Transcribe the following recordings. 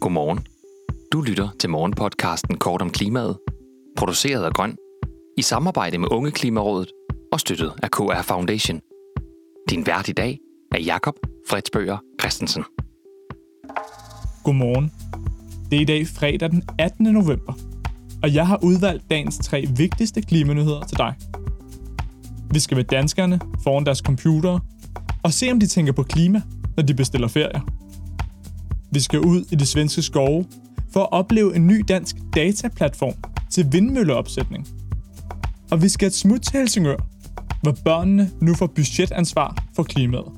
Godmorgen. Du lytter til morgenpodcasten Kort om klimaet, produceret af Grøn, i samarbejde med Unge Klimarådet og støttet af KR Foundation. Din vært i dag er Jakob Fredsbøger Christensen. Godmorgen. Det er i dag fredag den 18. november, og jeg har udvalgt dagens 3 vigtigste klimanyheder til dig. Vi skal med danskerne foran deres computere og se, om de tænker på klima, når de bestiller ferier. Vi skal ud i de svenske skove for at opleve en ny dansk dataplatform til vindmølleopsætning. Og vi skal et smut til Helsingør, hvor børnene nu får budgetansvar for klimaet.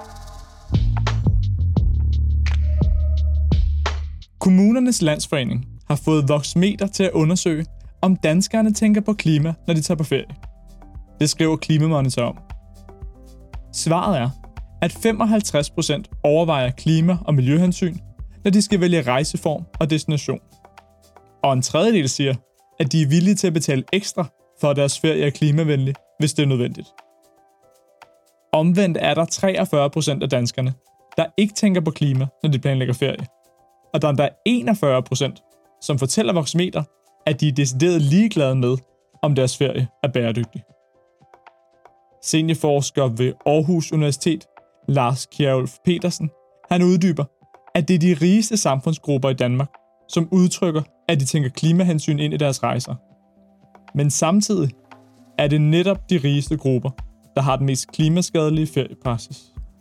Kommunernes Landsforening har fået Voxmeter til at undersøge, om danskerne tænker på klima, når de tager på ferie. Det skriver Klimamonitor om. Svaret er, at 55% overvejer klima- og miljøhensyn, når de skal vælge rejseform og destination. Og en tredjedel siger, at de er villige til at betale ekstra for, at deres ferie er klimavenlig, hvis det er nødvendigt. Omvendt er der 43% af danskerne, der ikke tænker på klima, når de planlægger ferie. Og der er endda 41%, som fortæller Voxmeter, at de er decideret ligeglade med, om deres ferie er bæredygtig. Seniorforsker ved Aarhus Universitet, Lars Kjærulf Petersen, han uddyber, at det er de rigeste samfundsgrupper i Danmark, som udtrykker, at de tænker klimahensyn ind i deres rejser. Men samtidig er det netop de rigeste grupper, der har den mest klimaskadelige feriepraksis.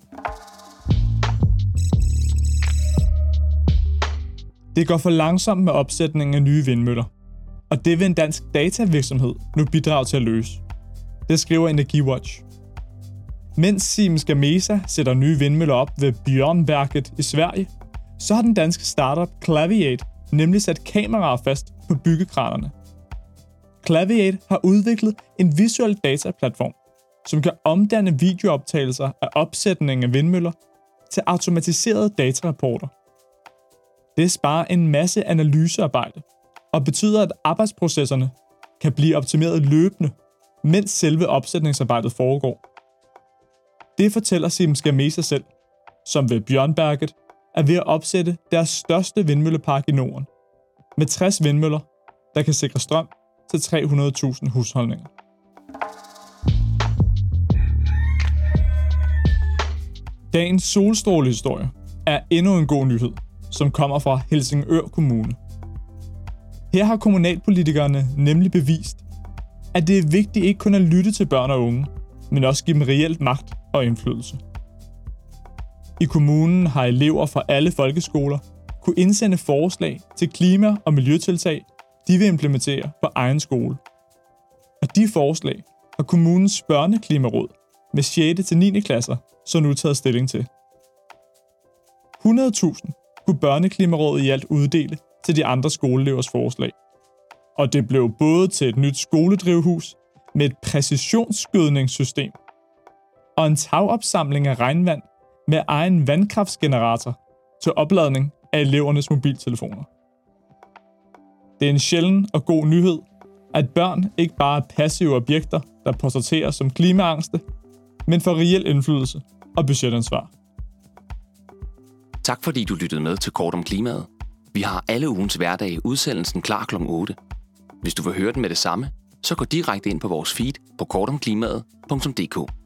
Det går for langsomt med opsætningen af nye vindmøller, og det vil en dansk datavirksomhed nu bidrage til at løse. Det skriver EnergiWatch. Mens Siemens Gamesa sætter nye vindmøller op ved Björnberget i Sverige, så har den danske startup Claviate nemlig sat kameraer fast på byggekranerne. Claviate har udviklet en visuel dataplatform, som kan omdanne videooptagelser af opsætningen af vindmøller til automatiserede datarapporter. Det sparer en masse analysearbejde og betyder, at arbejdsprocesserne kan blive optimeret løbende, mens selve opsætningsarbejdet foregår. Det fortæller Siemens Gamesa selv, som ved Björnberget er ved at opsætte deres største vindmøllepark i Norden, med 60 vindmøller, der kan sikre strøm til 300.000 husholdninger. Dagens solstrålehistorie er endnu en god nyhed, som kommer fra Helsingør Kommune. Her har kommunalpolitikerne nemlig bevist, at det er vigtigt ikke kun at lytte til børn og unge, men også give dem reelt magt og indflydelse. I kommunen har elever fra alle folkeskoler kunne indsende forslag til klima- og miljøtiltag, de vil implementere på egen skole. Og de forslag har kommunens børneklimaråd med 6. til 9. klasser så nu taget stilling til. 100.000 kunne børneklimarådet i alt uddele til de andre skoleelevers forslag. Og det blev både til et nyt skoledrivhus med et præcisionsskydningssystem og en tagapsamling af regnvand med egen vandkraftsgenerator til opladning af elevernes mobiltelefoner. Det er en sjælden og god nyhed, at børn ikke bare er passive objekter, der portrætteres som klimaangste, men får reel indflydelse og budgetansvar. Tak fordi du lyttede med til Kort om klimaet. Vi har alle ugens hverdage udsendelsen klar kl. 8. Hvis du vil høre den med det samme, så gå direkte ind på vores feed på kortomklimaet.dk.